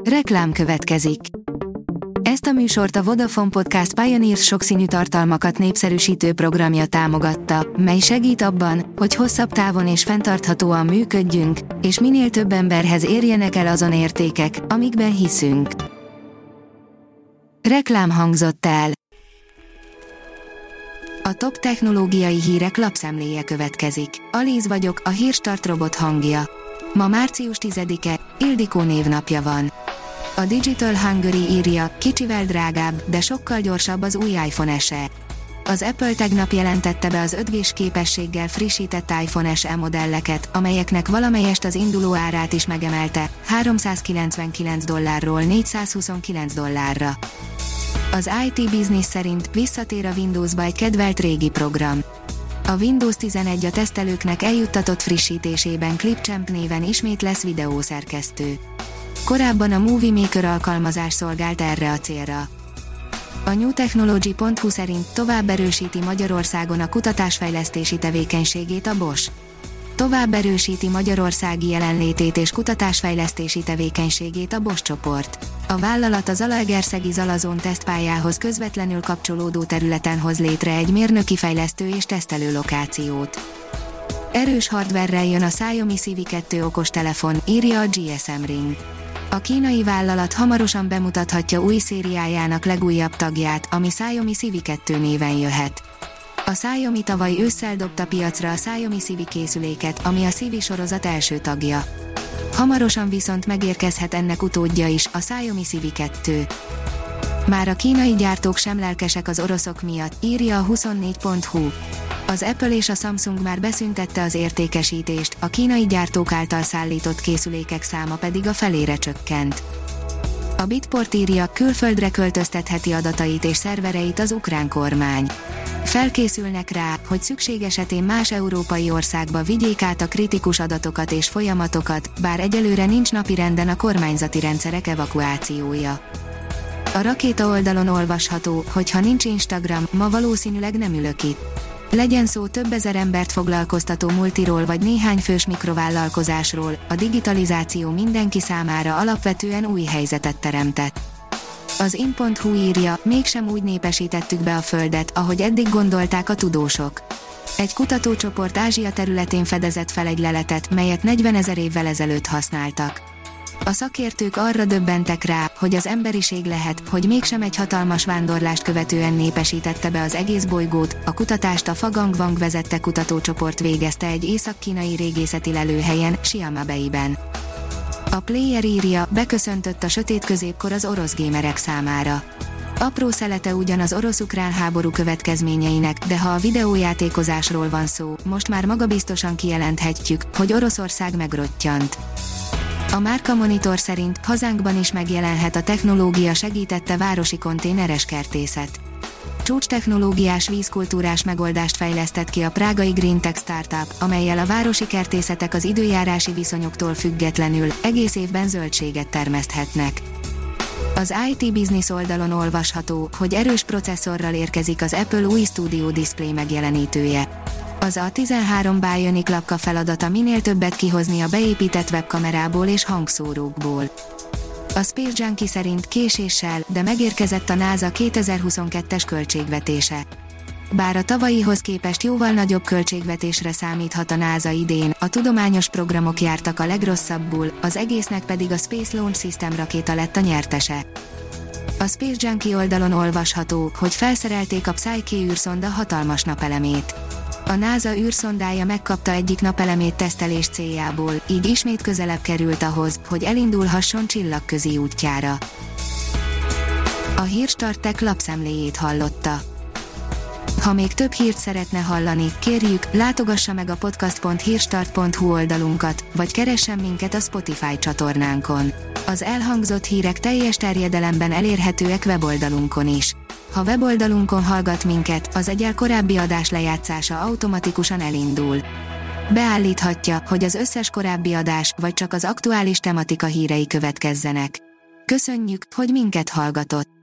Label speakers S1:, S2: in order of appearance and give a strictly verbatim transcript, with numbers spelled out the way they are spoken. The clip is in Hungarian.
S1: Reklám következik. Ezt a műsort a Vodafone Podcast Pioneers sokszínű tartalmakat népszerűsítő programja támogatta, mely segít abban, hogy hosszabb távon és fenntarthatóan működjünk, és minél több emberhez érjenek el azon értékek, amikben hiszünk. Reklám hangzott el. A top technológiai hírek lapszemléje következik. Alíz vagyok, a Hírstart robot hangja. Ma március tizedike, Ildikó névnapja van. A Digital Hungary írja, kicsivel drágább, de sokkal gyorsabb az új iPhone es e. Az Apple tegnap jelentette be az öt gés képességgel frissített iPhone es e modelleket, amelyeknek valamelyest az induló árát is megemelte, háromszázkilencvenkilenc dollárról négyszázhuszonkilenc dollárra. Az i té Business szerint visszatér a Windowsba egy kedvelt régi program. A Windows tizenegy a tesztelőknek eljuttatott frissítésében Clipchamp néven ismét lesz videószerkesztő. Korábban a Movie Maker alkalmazás szolgált erre a célra. A new technology pont hu szerint tovább erősíti Magyarországon a kutatásfejlesztési tevékenységét a Bosch. Tovább erősíti magyarországi jelenlétét és kutatásfejlesztési tevékenységét a Bosch csoport. A vállalat a Zalaegerszegi Zalazón tesztpályához közvetlenül kapcsolódó területen hoz létre egy mérnöki fejlesztő és tesztelő lokációt. Erős hardverrel jön a Xiaomi Civi kettő okostelefon, írja a gé es em Ring. A kínai vállalat hamarosan bemutathatja új szériájának legújabb tagját, ami Xiaomi Civi kettő néven jöhet. A Xiaomi tavaly ősszel dobta piacra a Xiaomi Civi készüléket, ami a Civi sorozat első tagja. Hamarosan viszont megérkezhet ennek utódja is, a Xiaomi Civi kettő. Már a kínai gyártók sem lelkesek az oroszok miatt, írja a huszonnégy pont hu. Az Apple és a Samsung már beszüntette az értékesítést, a kínai gyártók által szállított készülékek száma pedig a felére csökkent. A Bitport írja, külföldre költöztetheti adatait és szervereit az ukrán kormány. Felkészülnek rá, hogy szükség esetén más európai országba vigyék át a kritikus adatokat és folyamatokat, bár egyelőre nincs napirenden a kormányzati rendszerek evakuációja. A Rakéta oldalon olvasható, hogy ha nincs Instagram, ma valószínűleg nem ülök itt. Legyen szó több ezer embert foglalkoztató multiról vagy néhány fős mikrovállalkozásról, a digitalizáció mindenki számára alapvetően új helyzetet teremtett. Az in pont hu írja, mégsem úgy népesítettük be a Földet, ahogy eddig gondolták a tudósok. Egy kutatócsoport Ázsia területén fedezett fel egy leletet, melyet negyvenezer évvel ezelőtt használtak. A szakértők arra döbbentek rá, hogy az emberiség lehet, hogy mégsem egy hatalmas vándorlást követően népesítette be az egész bolygót. A kutatást a Fagangwang vezette kutatócsoport végezte egy észak-kínai régészeti lelőhelyen, Siamabeiben. A Player írja, beköszöntött a sötét középkor az orosz gémerek számára. Apró szelete ugyan az orosz-ukrán háború következményeinek, de ha a videójátékozásról van szó, most már magabiztosan kijelenthetjük, hogy Oroszország megrottyant. A Márka Monitor szerint hazánkban is megjelenhet a technológia segítette városi konténeres kertészet. Csúcstechnológiás vízkultúrás megoldást fejlesztett ki a prágai GreenTech startup, amellyel a városi kertészetek az időjárási viszonyoktól függetlenül egész évben zöldséget termeszthetnek. Az i té Business oldalon olvasható, hogy erős processzorral érkezik az Apple új Studio Display megjelenítője. Az A tizenhárom Bionic lapka feladata minél többet kihozni a beépített webkamerából és hangszórókból. A Space Junkie szerint késéssel, de megérkezett a NASA kétezer-huszonkettes költségvetése. Bár a tavalyihoz képest jóval nagyobb költségvetésre számíthat a NASA idén, a tudományos programok jártak a legrosszabbul, az egésznek pedig a Space Launch System rakéta lett a nyertese. A Space Junkie oldalon olvasható, hogy felszerelték a Psyche űrszonda hatalmas napelemét. A NASA űrszondája megkapta egyik napelemét tesztelés céljából, így ismét közelebb került ahhoz, hogy elindulhasson csillagközi útjára. A Hírstart Tech lapszemléjét hallotta. Ha még több hírt szeretne hallani, kérjük, látogassa meg a podcast pont hírstart pont hu oldalunkat, vagy keressen minket a Spotify csatornánkon. Az elhangzott hírek teljes terjedelemben elérhetőek weboldalunkon is. Ha weboldalunkon hallgat minket, az egyel korábbi adás lejátszása automatikusan elindul. Beállíthatja, hogy az összes korábbi adás, vagy csak az aktuális tematika hírei következzenek. Köszönjük, hogy minket hallgatott!